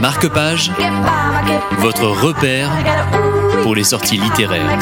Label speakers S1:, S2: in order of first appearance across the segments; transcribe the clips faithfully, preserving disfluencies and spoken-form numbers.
S1: Marque-Page, votre repère pour les sorties littéraires.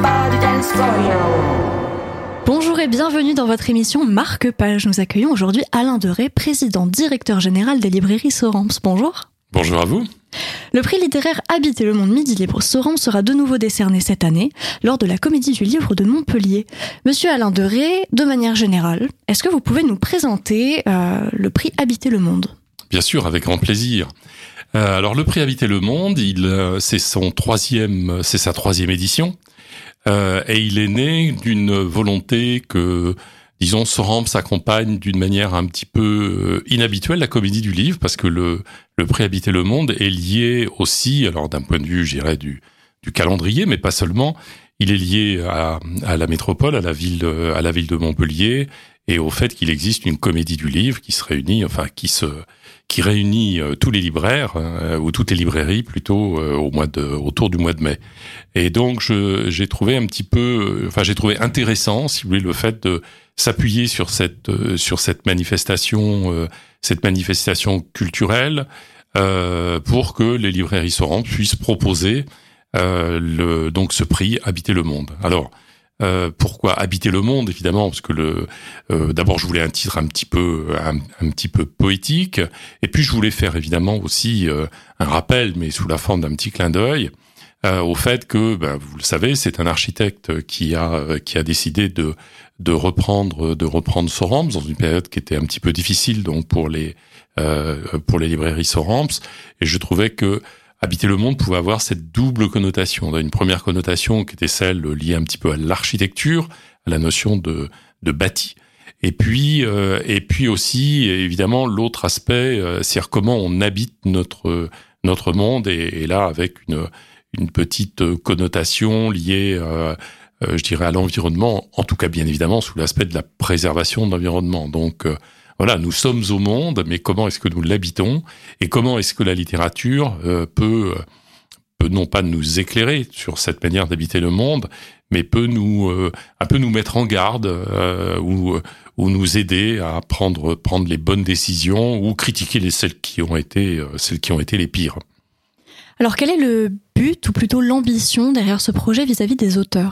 S2: Bonjour et bienvenue dans votre émission Marque-Page. Nous accueillons aujourd'hui Alain Derey, président directeur général des librairies Soramps. Bonjour.
S3: Bonjour à vous.
S2: Le prix littéraire Habiter le monde Midi Libre Soramps sera de nouveau décerné cette année lors de la Comédie du Livre de Montpellier. Monsieur Alain Derey, de manière générale, est-ce que vous pouvez nous présenter euh, le prix Habiter le monde ?
S3: Bien sûr, avec grand plaisir. Euh, alors le prix Habiter le monde, il, euh, c'est son troisième, c'est sa troisième édition, euh, et il est né d'une volonté que, disons, Soramps s'accompagne d'une manière un petit peu inhabituelle la Comédie du Livre, parce que le le prix Habiter le monde est lié aussi, alors d'un point de vue, je dirais, du du calendrier, mais pas seulement. Il est lié à, à la métropole, à la ville, à la ville de Montpellier, et au fait qu'il existe une Comédie du Livre qui se réunit, enfin qui se qui réunit euh, tous les libraires euh, ou toutes les librairies plutôt euh, au mois de autour du mois de mai. Et donc je j'ai trouvé un petit peu, enfin j'ai trouvé intéressant, si vous voulez, le fait de s'appuyer sur cette euh, sur cette manifestation euh, cette manifestation culturelle euh, pour que les librairies Soramps puissent proposer euh, le donc ce prix Habiter le monde. Alors Euh, pourquoi Habiter le monde, évidemment, parce que le euh, d'abord je voulais un titre un petit peu un, un petit peu poétique, et puis je voulais faire évidemment aussi euh, un rappel, mais sous la forme d'un petit clin d'œil, euh, au fait que, ben, vous le savez, c'est un architecte qui a qui a décidé de de reprendre de reprendre Soramps dans une période qui était un petit peu difficile donc pour les euh, pour les librairies Soramps, et je trouvais que Habiter le monde pouvait avoir cette double connotation. On a une première connotation qui était celle liée un petit peu à l'architecture, à la notion de, de bâti. Et puis, euh, et puis aussi, évidemment, l'autre aspect, euh, c'est comment on habite notre notre monde. Et, et là, avec une une petite connotation liée, euh, euh, je dirais, à l'environnement. En tout cas, bien évidemment, sous l'aspect de la préservation de l'environnement. Donc euh, Voilà, nous sommes au monde, mais comment est-ce que nous l'habitons, et comment est-ce que la littérature euh, peut, peut non pas nous éclairer sur cette manière d'habiter le monde, mais peut nous euh, un peu nous mettre en garde euh, ou ou nous aider à prendre prendre les bonnes décisions ou critiquer les celles qui ont été euh, celles qui ont été les pires.
S2: Alors quel est le but ou plutôt l'ambition derrière ce projet vis-à-vis des auteurs ?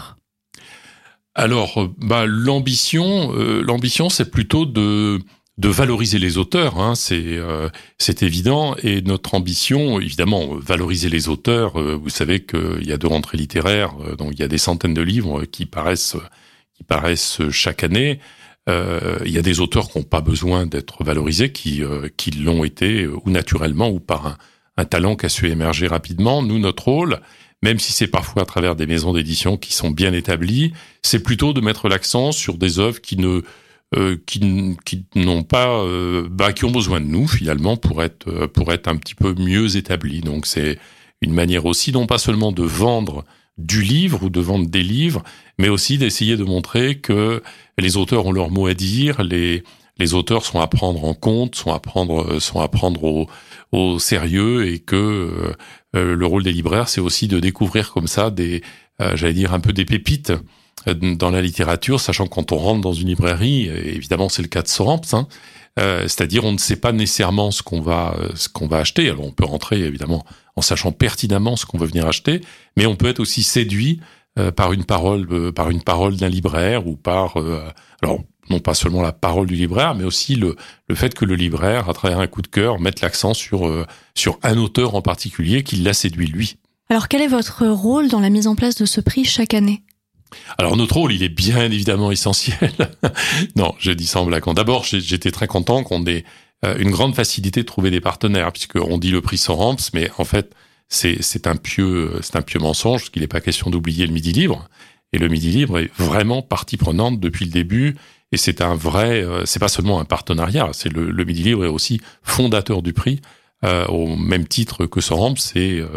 S3: Alors, bah l'ambition, euh, l'ambition, c'est plutôt de de valoriser les auteurs, hein, c'est euh, c'est évident, et notre ambition, évidemment, valoriser les auteurs. Euh, vous savez qu'il y a deux rentrées littéraires, euh, donc il y a des centaines de livres qui paraissent qui paraissent chaque année. Euh, il y a des auteurs qui n'ont pas besoin d'être valorisés, qui euh, qui l'ont été ou naturellement ou par un, un talent qui a su émerger rapidement. Nous, notre rôle, même si c'est parfois à travers des maisons d'édition qui sont bien établies, c'est plutôt de mettre l'accent sur des œuvres qui ne Euh, qui, qui n'ont pas, euh, bah, qui ont besoin de nous finalement pour être euh, pour être un petit peu mieux établis. Donc c'est une manière aussi non pas seulement de vendre du livre ou de vendre des livres, mais aussi d'essayer de montrer que les auteurs ont leur mot à dire, les les auteurs sont à prendre en compte, sont à prendre sont à prendre au au sérieux, et que euh, le rôle des libraires, c'est aussi de découvrir comme ça des, euh, j'allais dire un peu des pépites dans la littérature, sachant que quand on rentre dans une librairie, évidemment c'est le cas de Soramps, hein, euh, c'est-à-dire on ne sait pas nécessairement ce qu'on va ce qu'on va acheter. Alors on peut rentrer évidemment en sachant pertinemment ce qu'on veut venir acheter, mais on peut être aussi séduit euh, par une parole euh, par une parole d'un libraire, ou par euh, alors non pas seulement la parole du libraire, mais aussi le le fait que le libraire, à travers un coup de cœur, mette l'accent sur euh, sur un auteur en particulier qui l'a séduit lui.
S2: Alors quel est votre rôle dans la mise en place de ce prix chaque année ?
S3: Alors notre rôle, il est bien évidemment essentiel. Non, je dis ça en blaguant. D'abord, j'étais très content qu'on ait une grande facilité de trouver des partenaires, puisqu'on dit le prix Soramps, mais en fait, c'est c'est un pieux c'est un pieux mensonge, parce qu'il n'est pas question d'oublier le Midi Libre. Et le Midi Libre est vraiment partie prenante depuis le début, et c'est un vrai, c'est pas seulement un partenariat, c'est le, le Midi Libre est aussi fondateur du prix, euh, au même titre que Soramps. C'est euh,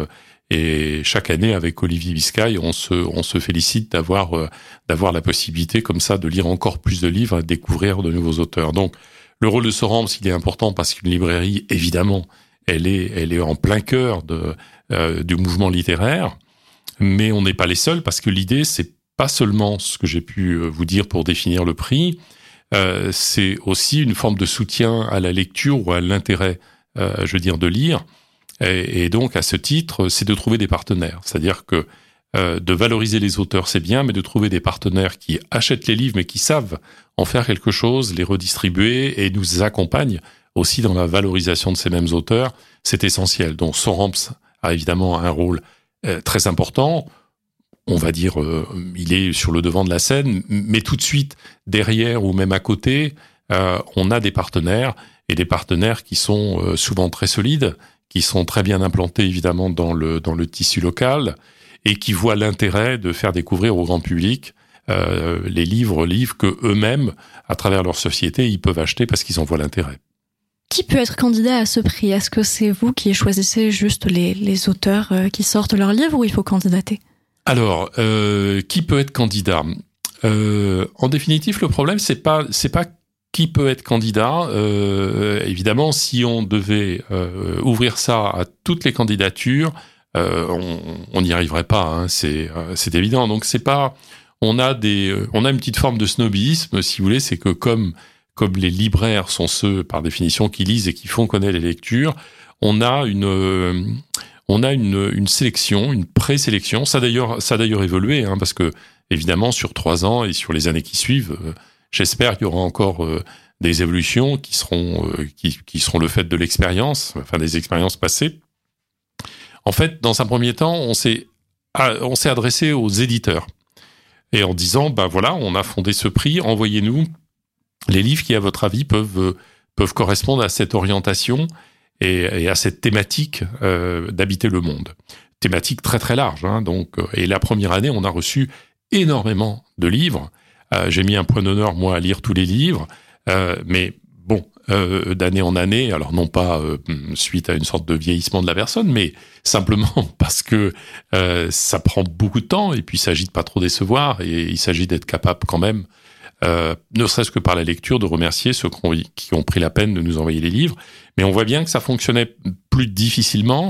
S3: Et chaque année, avec Olivier Biscay, on se, on se félicite d'avoir, euh, d'avoir la possibilité, comme ça, de lire encore plus de livres, de découvrir de nouveaux auteurs. Donc, le rôle de Soramps, il est important parce qu'une librairie, évidemment, elle est, elle est en plein cœur de, euh, du mouvement littéraire. Mais on n'est pas les seuls, parce que l'idée, c'est pas seulement ce que j'ai pu vous dire pour définir le prix, euh, c'est aussi une forme de soutien à la lecture ou à l'intérêt, euh, je veux dire, de lire. Et, et donc, à ce titre, c'est de trouver des partenaires. C'est-à-dire que euh, de valoriser les auteurs, c'est bien, mais de trouver des partenaires qui achètent les livres, mais qui savent en faire quelque chose, les redistribuer et nous accompagnent aussi dans la valorisation de ces mêmes auteurs, c'est essentiel. Donc, Soramps a évidemment un rôle euh, très important. On va dire, euh, il est sur le devant de la scène, mais tout de suite, derrière ou même à côté, euh, on a des partenaires, et des partenaires qui sont euh, souvent très solides, qui sont très bien implantés, évidemment, dans le, dans le tissu local, et qui voient l'intérêt de faire découvrir au grand public euh, les livres, livres que eux-mêmes, à travers leur société, ils peuvent acheter parce qu'ils en voient l'intérêt.
S2: Qui peut être candidat à ce prix ? Est-ce que c'est vous qui choisissez juste les, les auteurs qui sortent leurs livres ou il faut candidater ?
S3: Alors, euh, qui peut être candidat ? euh, En définitive, le problème, c'est pas, c'est pas qui peut être candidat. Euh, évidemment, si on devait euh, ouvrir ça à toutes les candidatures, euh, on n'y arriverait pas. Hein, c'est, euh, c'est évident. Donc, c'est pas. On a des, on a une petite forme de snobisme, si vous voulez. C'est que comme comme les libraires sont ceux, par définition, qui lisent et qui font connaître les lectures, on a une euh, On a une, une sélection, une présélection. Ça d'ailleurs, ça a d'ailleurs évolué, hein, parce que évidemment sur trois ans et sur les années qui suivent, euh, j'espère qu'il y aura encore euh, des évolutions qui seront euh, qui, qui seront le fait de l'expérience, enfin des expériences passées. En fait, dans un premier temps, on s'est on s'est adressé aux éditeurs et en disant, ben voilà, on a fondé ce prix, envoyez-nous les livres qui, à votre avis, peuvent peuvent correspondre à cette orientation. Et, et à cette thématique euh, d'habiter le monde. Thématique très très large. Hein, donc, et la première année, on a reçu énormément de livres. Euh, j'ai mis un point d'honneur, moi, à lire tous les livres. Euh, mais bon, euh, d'année en année, alors non pas euh, suite à une sorte de vieillissement de la personne, mais simplement parce que euh, ça prend beaucoup de temps et puis il s'agit de pas trop décevoir et il s'agit d'être capable quand même Euh, ne serait-ce que par la lecture, de remercier ceux qui ont, qui ont pris la peine de nous envoyer les livres. Mais on voit bien que ça fonctionnait plus difficilement.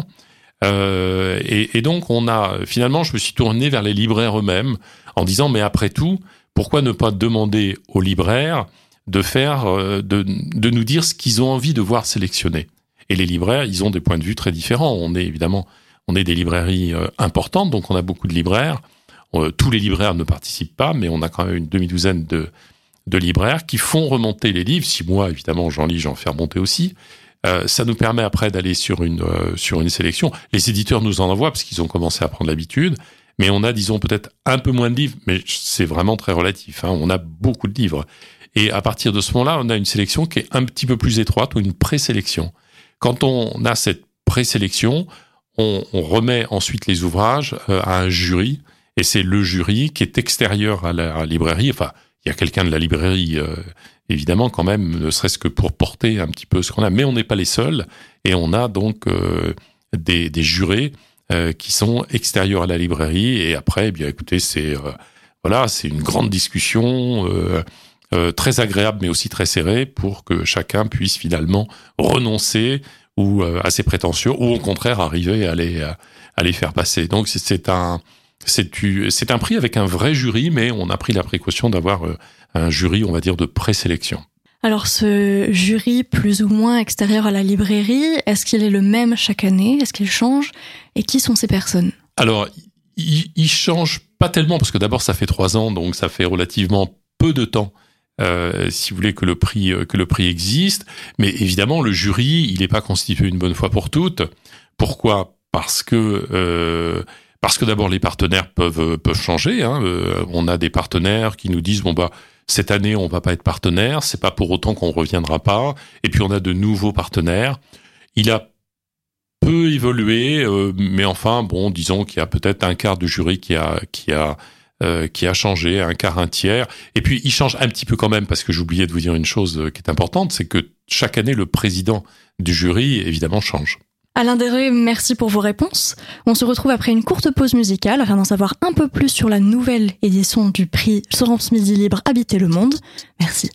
S3: Euh, et, et donc, on a finalement, je me suis tourné vers les libraires eux-mêmes en disant, mais après tout, pourquoi ne pas demander aux libraires de faire, de, de nous dire ce qu'ils ont envie de voir sélectionner. Et les libraires, ils ont des points de vue très différents. On est évidemment, on est des librairies euh, importantes, donc on a beaucoup de libraires. Euh, tous les libraires ne participent pas, mais on a quand même une demi-douzaine de, de libraires qui font remonter les livres. Si moi, évidemment, j'en lis, j'en fais remonter aussi. Euh, ça nous permet après d'aller sur une euh, sur une sélection. Les éditeurs nous en envoient parce qu'ils ont commencé à prendre l'habitude, mais on a, disons, peut-être un peu moins de livres, mais c'est vraiment très relatif. Hein. On a beaucoup de livres. Et à partir de ce moment-là, on a une sélection qui est un petit peu plus étroite ou une présélection. Quand on a cette présélection, on, on remet ensuite les ouvrages euh, à un jury. Et c'est le jury qui est extérieur à la librairie. Enfin, il y a quelqu'un de la librairie, euh, évidemment, quand même, ne serait-ce que pour porter un petit peu ce qu'on a. Mais on n'est pas les seuls. Et on a donc euh, des, des jurés euh, qui sont extérieurs à la librairie. Et après, eh bien, écoutez, c'est euh, voilà, c'est une grande discussion euh, euh, très agréable, mais aussi très serrée, pour que chacun puisse finalement renoncer ou euh, à ses prétentions, ou au contraire arriver à les à les faire passer. Donc c'est, c'est un C'est, c'est un prix avec un vrai jury, mais on a pris la précaution d'avoir un jury, on va dire, de présélection.
S2: Alors ce jury plus ou moins extérieur à la librairie, est-ce qu'il est le même chaque année ? Est-ce qu'il change ? Et qui sont ces personnes ?
S3: Alors, il, il change pas tellement, parce que d'abord ça fait trois ans, donc ça fait relativement peu de temps, euh, si vous voulez, que le prix que le prix existe. Mais évidemment, le jury, il n'est pas constitué une bonne fois pour toutes. Pourquoi ? Parce que... Euh, Parce que d'abord les partenaires peuvent peuvent changer. Hein. Euh, on a des partenaires qui nous disent bon bah cette année on va pas être partenaire, c'est pas pour autant qu'on reviendra pas. Et puis on a de nouveaux partenaires. Il a peu évolué, euh, mais enfin bon, disons qu'il y a peut-être un quart du jury qui a qui a euh, qui a changé, un quart, un tiers. Et puis il change un petit peu quand même, parce que j'oubliais de vous dire une chose qui est importante, c'est que chaque année le président du jury évidemment change.
S2: Alain Derré, merci pour vos réponses. On se retrouve après une courte pause musicale afin d'en savoir un peu plus sur la nouvelle édition du prix Soramps Midi Libre Habiter le Monde. Merci.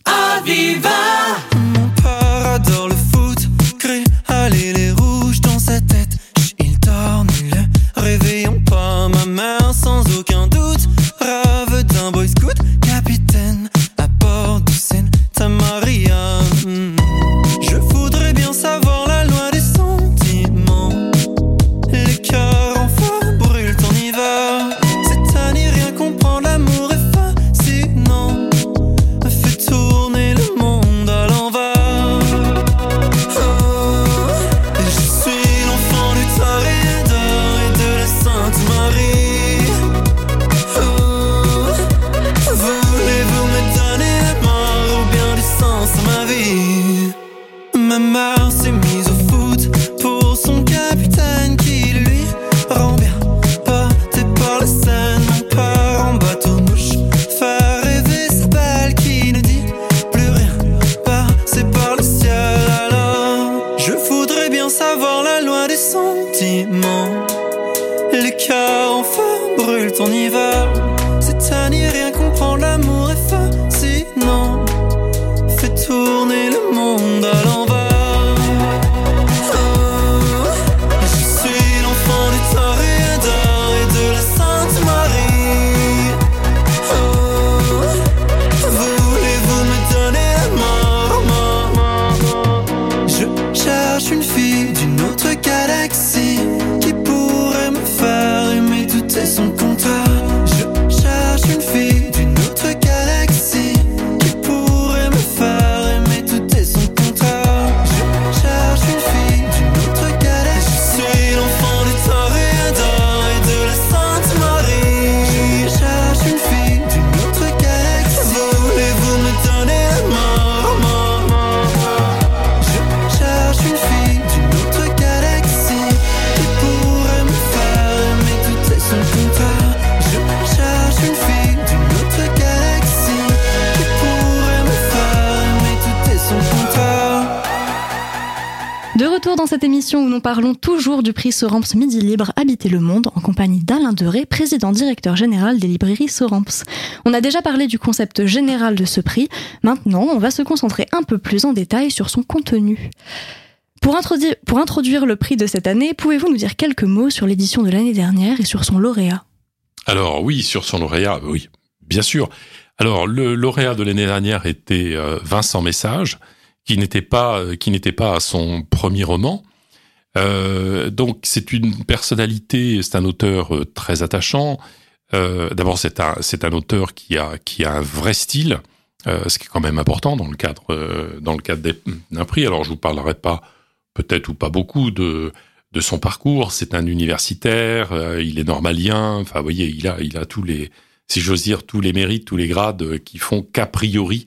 S4: Aviva, mon père adore le foot, crée aller les rouges dans sa tête. Il torne le réveillon, pas ma mère sans aucun doute. Rêve d'un boy scout, capitaine à bord de Santa Maria. Je voudrais bien savoir la loi des sentiments. loin des sentiments. Les cœurs en feu brûlent en hiver. C'est à n'y rien comprendre, l'amour est fascinant. Fait tourner le monde à l'envers. Son contrat. Je cherche une fille d'une autre galaxie qui pourrait me faire aimer, tout est son contrat. Je cherche une fille d'une autre galaxie. Je suis l'enfant du Toréador et de la Sainte Marie. Je cherche une fille d'une autre galaxie. Voulez-vous me donner la mort, mort, mort. Je cherche une fille d'une autre galaxie qui pourrait me faire aimer, tout est son contrat. Je cherche une fille d'une autre galaxie qui pourrait me faire aimer, tout est son contrat.
S2: De retour dans cette émission où nous parlons toujours du prix Soramps Midi Libre Habiter le Monde en compagnie d'Alain Deré, président directeur général des librairies Soramps. On a déjà parlé du concept général de ce prix. Maintenant, on va se concentrer un peu plus en détail sur son contenu. Pour introduire, pour introduire le prix de cette année, pouvez-vous nous dire quelques mots sur l'édition de l'année dernière et sur son lauréat ?
S3: Alors oui, sur son lauréat, oui, bien sûr. Alors le lauréat de l'année dernière était euh, Vincent Message, qui n'était pas euh, qui n'était pas à son premier roman. Euh, donc c'est une personnalité, c'est un auteur euh, très attachant. Euh, d'abord c'est un c'est un auteur qui a qui a un vrai style, euh, ce qui est quand même important dans le cadre euh, dans le cadre d'un prix. Alors je vous parlerai pas peut-être ou pas beaucoup de de son parcours. C'est un universitaire, euh, il est normalien. Enfin, vous voyez, il a, il a tous les, si j'ose dire, tous les mérites, tous les grades qui font qu'a priori,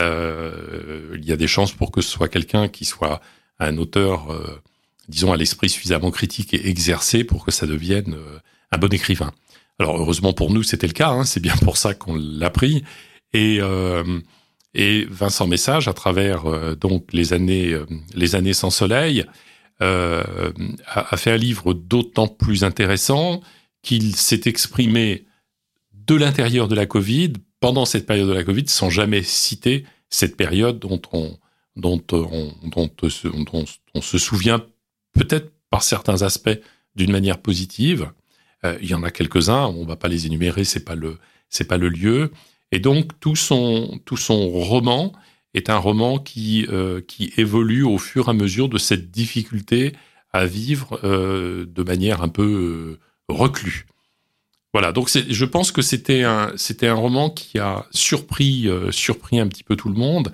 S3: euh, il y a des chances pour que ce soit quelqu'un qui soit un auteur, euh, disons, à l'esprit suffisamment critique et exercé pour que ça devienne euh, un bon écrivain. Alors, heureusement pour nous, c'était le cas. Hein, c'est bien pour ça qu'on l'a pris. Et euh, et Vincent Message, à travers euh, donc les années, euh, les années sans soleil. Euh, a, a fait un livre d'autant plus intéressant qu'il s'est exprimé de l'intérieur de la Covid, pendant cette période de la Covid, sans jamais citer cette période dont on, dont on, dont, dont on se souvient peut-être par certains aspects d'une manière positive. Euh, il y en a quelques-uns, on va pas les énumérer, c'est pas le, c'est pas le lieu. Et donc tout son, tout son roman est un roman qui euh, qui évolue au fur et à mesure de cette difficulté à vivre euh, de manière un peu euh, reclus. Voilà, donc c'est, je pense que c'était un c'était un roman qui a surpris euh, surpris un petit peu tout le monde.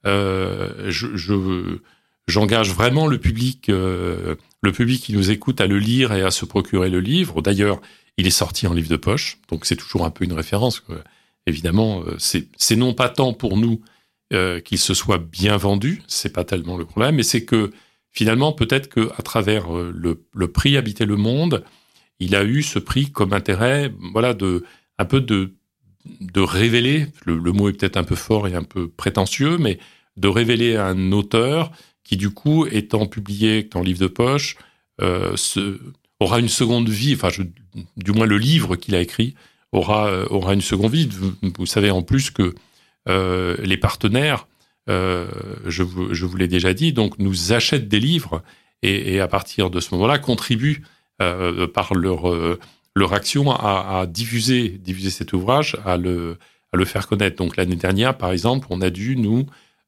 S3: Euh, je, je j'engage vraiment le public euh, le public qui nous écoute à le lire et à se procurer le livre. D'ailleurs, il est sorti en livre de poche, donc c'est toujours un peu une référence. Quoi. Évidemment, c'est c'est non pas tant pour nous Euh, qu'il se soit bien vendu, c'est pas tellement le problème, mais c'est que finalement peut-être que à travers euh, le, le prix Habiter le Monde, il a eu ce prix comme intérêt, voilà, de un peu de de révéler. Le, le mot est peut-être un peu fort et un peu prétentieux, mais de révéler un auteur qui du coup, étant publié en livre de poche, euh, se, aura une seconde vie. Enfin, je, du moins le livre qu'il a écrit aura euh, aura une seconde vie. Vous, vous savez en plus que Euh, les partenaires, euh, je, vous, je vous l'ai déjà dit, donc nous achètent des livres et, et à partir de ce moment-là contribuent euh, par leur euh, leur action à, à diffuser diffuser cet ouvrage, à le à le faire connaître. Donc l'année dernière, par exemple, on a dû nous,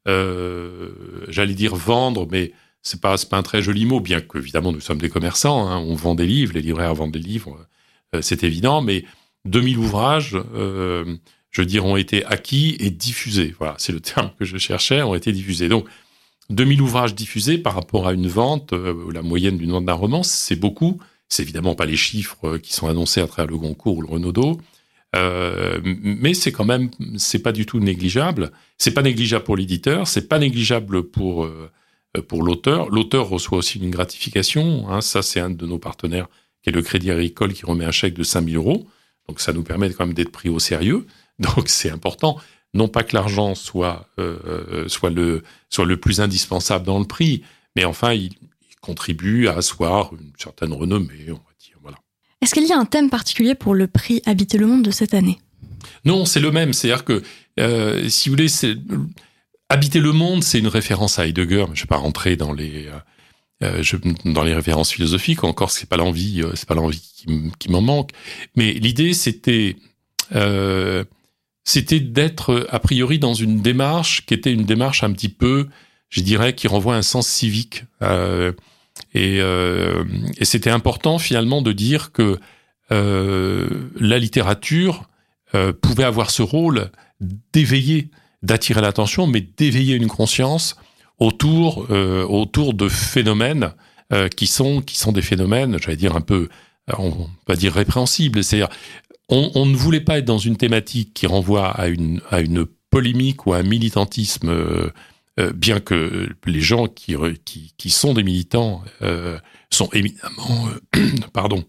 S3: euh, j'allais dire vendre, mais c'est pas c'est pas un très joli mot, bien qu'évidemment nous sommes des commerçants, hein, on vend des livres, les libraires vendent des livres, euh, c'est évident, mais deux mille ouvrages. Euh, je veux dire, ont été acquis et diffusés. Voilà, c'est le terme que je cherchais, ont été diffusés. Donc, deux mille ouvrages diffusés par rapport à une vente, euh, la moyenne d'une vente d'un roman, c'est beaucoup. C'est évidemment pas les chiffres qui sont annoncés à travers le Goncourt ou le Renaudot, euh, mais c'est quand même, c'est pas du tout négligeable. C'est pas négligeable pour l'éditeur, c'est pas négligeable pour euh, pour l'auteur. L'auteur reçoit aussi une gratification. Hein, ça, c'est un de nos partenaires, qui est le Crédit Agricole, qui remet un chèque de cinq mille euros. Donc, ça nous permet quand même d'être pris au sérieux. Donc c'est important, non pas que l'argent soit euh, soit le soit le plus indispensable dans le prix, mais enfin il, contribue à asseoir une certaine renommée, on va dire. Voilà.
S2: Est-ce qu'il y a un thème particulier pour le prix Habiter le monde de cette année ?
S3: Non, c'est le même. C'est-à-dire que, euh, si vous voulez, c'est, Habiter le monde, c'est une référence à Heidegger. Je ne vais pas rentrer dans les, euh, je, dans les références philosophiques. Encore, c'est pas l'envie, euh, c'est pas l'envie qui, qui m'en manque. Mais l'idée, c'était, euh, c'était d'être a priori dans une démarche qui était une démarche un petit peu, je dirais, qui renvoie à un sens civique. Euh, et, euh, et c'était important finalement de dire que euh, la littérature euh, pouvait avoir ce rôle d'éveiller, d'attirer l'attention, mais d'éveiller une conscience autour euh, autour de phénomènes euh, qui sont qui sont des phénomènes, j'allais dire un peu, on va dire répréhensibles. C'est-à-dire, on, on ne voulait pas être dans une thématique qui renvoie à une à une polémique ou à un militantisme. Euh, euh, bien que les gens qui qui, qui sont des militants euh, sont éminemment, euh, pardon.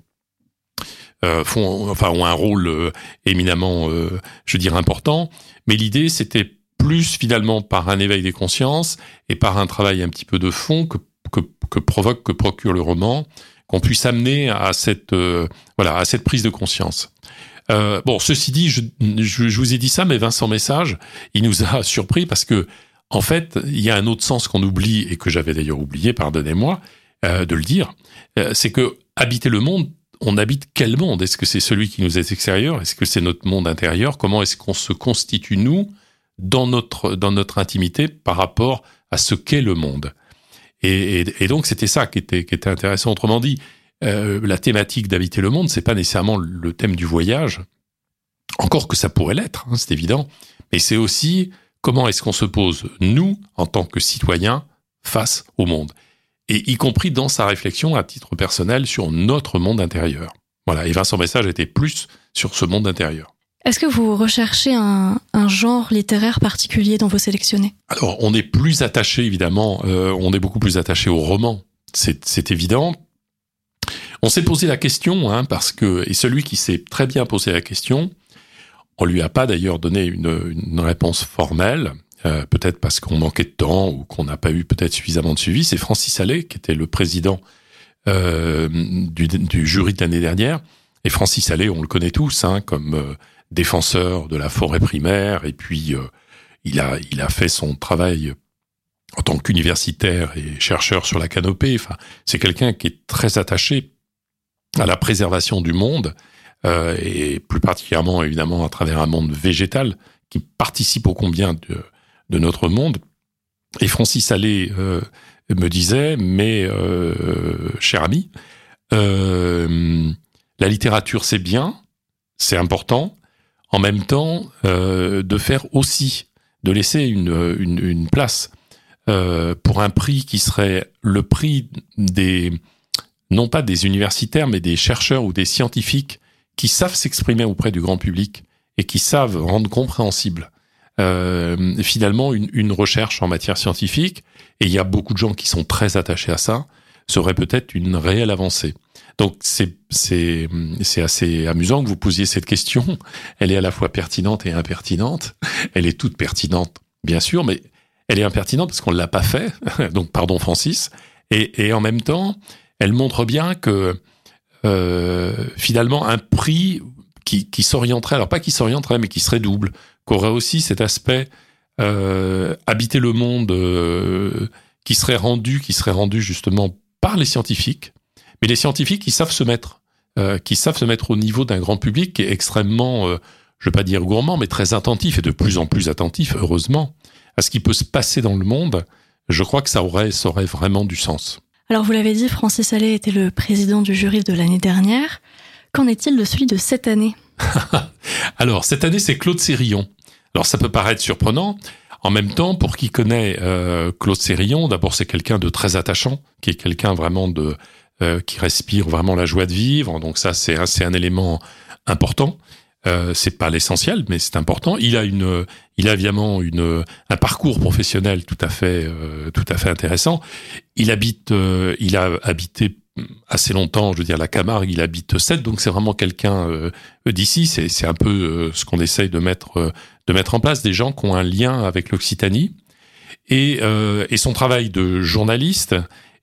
S3: Euh, font, enfin, ont un rôle euh, éminemment, euh, je veux dire, important. Mais l'idée, c'était plus finalement par un éveil des consciences et par un travail un petit peu de fond que que, que provoque, que procure le roman, qu'on puisse amener à cette euh, voilà à cette prise de conscience. Euh, bon, ceci dit, je, je, je vous ai dit ça, mais Vincent Message, il nous a surpris parce que en fait, il y a un autre sens qu'on oublie et que j'avais d'ailleurs oublié, pardonnez-moi euh, de le dire, euh, c'est que habiter le monde. On habite quel monde ? Est-ce que c'est celui qui nous est extérieur ? Est-ce que c'est notre monde intérieur ? Comment est-ce qu'on se constitue, nous, dans notre, dans notre intimité par rapport à ce qu'est le monde ? et, et, et donc, c'était ça qui était, qui était intéressant. Autrement dit, euh, la thématique d'habiter le monde, c'est pas nécessairement le thème du voyage, encore que ça pourrait l'être, hein, c'est évident, mais c'est aussi comment est-ce qu'on se pose, nous, en tant que citoyens, face au monde. Et y compris dans sa réflexion à titre personnel sur notre monde intérieur. Voilà, et Vincent Message était plus sur ce monde intérieur.
S2: Est-ce que vous recherchez un, un genre littéraire particulier dont vous sélectionnez ?
S3: Alors, on est plus attaché, évidemment, euh, on est beaucoup plus attaché au roman, c'est, c'est évident. On s'est posé la question, hein, parce que, et celui qui s'est très bien posé la question, on lui a pas d'ailleurs donné une, une réponse formelle, Euh, peut-être parce qu'on manquait de temps ou qu'on n'a pas eu peut-être suffisamment de suivi, c'est Francis Allais, qui était le président euh, du, du jury de l'année dernière. Et Francis Allais, on le connaît tous, hein, comme euh, défenseur de la forêt primaire, et puis euh, il a il a fait son travail en tant qu'universitaire et chercheur sur la canopée. Enfin, c'est quelqu'un qui est très attaché à la préservation du monde, euh, et plus particulièrement, évidemment, à travers un monde végétal qui participe ô combien de de notre monde. Et Francis Allais euh, me disait, mais euh, cher ami, euh, la littérature c'est bien, c'est important, en même temps euh, de faire aussi, de laisser une, une, une place euh, pour un prix qui serait le prix des, non pas des universitaires, mais des chercheurs ou des scientifiques qui savent s'exprimer auprès du grand public et qui savent rendre compréhensible Euh, finalement une, une recherche en matière scientifique, et il y a beaucoup de gens qui sont très attachés à ça, serait peut-être une réelle avancée. Donc c'est c'est c'est assez amusant que vous posiez cette question. Elle est à la fois pertinente et impertinente. Elle est toute pertinente, bien sûr, mais elle est impertinente parce qu'on l'a pas fait. Donc pardon Francis. Et, et en même temps, elle montre bien que euh, finalement un prix qui, qui s'orienterait, alors pas qui s'orienterait, mais qui serait double, qu'aurait aussi cet aspect euh, habiter le monde euh, qui serait rendu, qui serait rendu justement par les scientifiques, mais les scientifiques qui savent se mettre, euh, qui savent se mettre au niveau d'un grand public qui est extrêmement, euh, je vais pas dire gourmand, mais très attentif et de plus en plus attentif, heureusement, à ce qui peut se passer dans le monde. Je crois que ça aurait, ça aurait vraiment du sens.
S2: Alors vous l'avez dit, Francis Allais était le président du jury de l'année dernière. Qu'en est-il de celui de cette année ?
S3: Alors, cette année, c'est Claude Sérillon. Alors, ça peut paraître surprenant. En même temps, pour qui connaît euh, Claude Sérillon, d'abord, c'est quelqu'un de très attachant, qui est quelqu'un vraiment de euh, qui respire vraiment la joie de vivre. Donc ça, c'est un, c'est un élément important. Euh, c'est pas l'essentiel, mais c'est important. Il a une, il a évidemment une, un parcours professionnel tout à fait, euh, tout à fait intéressant. Il habite, euh, il a habité assez longtemps, je veux dire, la Camargue, il habite Sète, donc c'est vraiment quelqu'un euh, d'ici. C'est, c'est un peu euh, ce qu'on essaye de mettre, euh, de mettre en place, des gens qui ont un lien avec l'Occitanie. Et, euh, et son travail de journaliste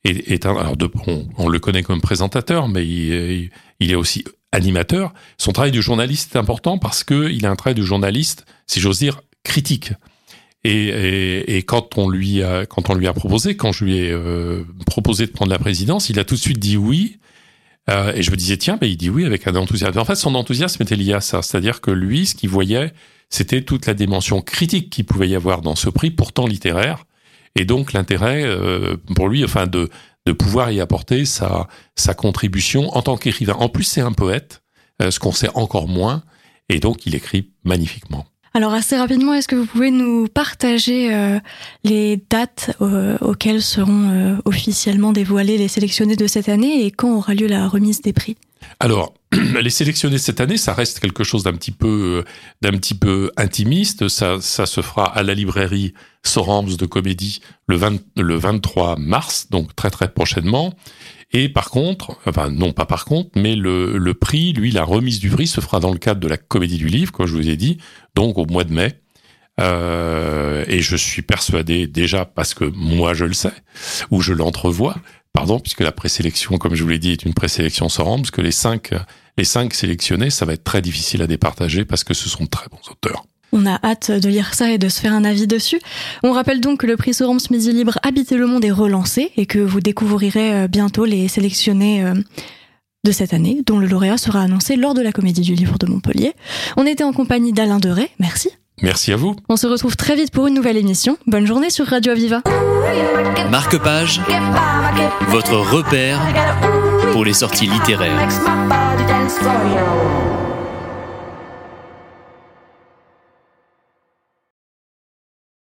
S3: est, est un, alors de, on, on le connaît comme présentateur, mais il, il est aussi animateur. Son travail de journaliste est important parce que il a un travail de journaliste, si j'ose dire, critique. Et, et, et quand on lui a, quand on lui a proposé, quand je lui ai euh, proposé de prendre la présidence, il a tout de suite dit oui. Euh, et je me disais tiens, mais il dit oui avec un enthousiasme. En fait, son enthousiasme était lié à ça, c'est-à-dire que lui, ce qu'il voyait, c'était toute la dimension critique qu'il pouvait y avoir dans ce prix, pourtant littéraire, et donc l'intérêt euh, pour lui, enfin de de pouvoir y apporter sa sa contribution en tant qu'écrivain. En plus, c'est un poète, euh, ce qu'on sait encore moins, et donc il écrit magnifiquement.
S2: Alors assez rapidement, est-ce que vous pouvez nous partager euh, les dates euh, auxquelles seront euh, officiellement dévoilés les sélectionnés de cette année et quand aura lieu la remise des prix ?
S3: Alors, les sélectionnés cette année, ça reste quelque chose d'un petit peu, d'un petit peu intimiste. Ça, ça se fera à la librairie Sorams de Comédie le vingt, le vingt-trois mars, donc très très prochainement. Et par contre, enfin non pas par contre, mais le, le prix, lui, la remise du prix se fera dans le cadre de la Comédie du Livre, comme je vous ai dit, donc au mois de mai. Euh, et je suis persuadé déjà, parce que moi je le sais, ou je l'entrevois, pardon, puisque la présélection, comme je vous l'ai dit, est une présélection Sorams, parce que les cinq, les cinq sélectionnés, ça va être très difficile à départager parce que ce sont de très bons auteurs.
S2: On a hâte de lire ça et de se faire un avis dessus. On rappelle donc que le prix Sorams Midi Libre Habiter le Monde est relancé et que vous découvrirez bientôt les sélectionnés de cette année, dont le lauréat sera annoncé lors de la Comédie du Livre de Montpellier. On était en compagnie d'Alain Deray, merci.
S3: Merci à vous.
S2: On se retrouve très vite pour une nouvelle émission. Bonne journée sur Radio Aviva.
S1: Marque-Page, votre repère pour les sorties littéraires.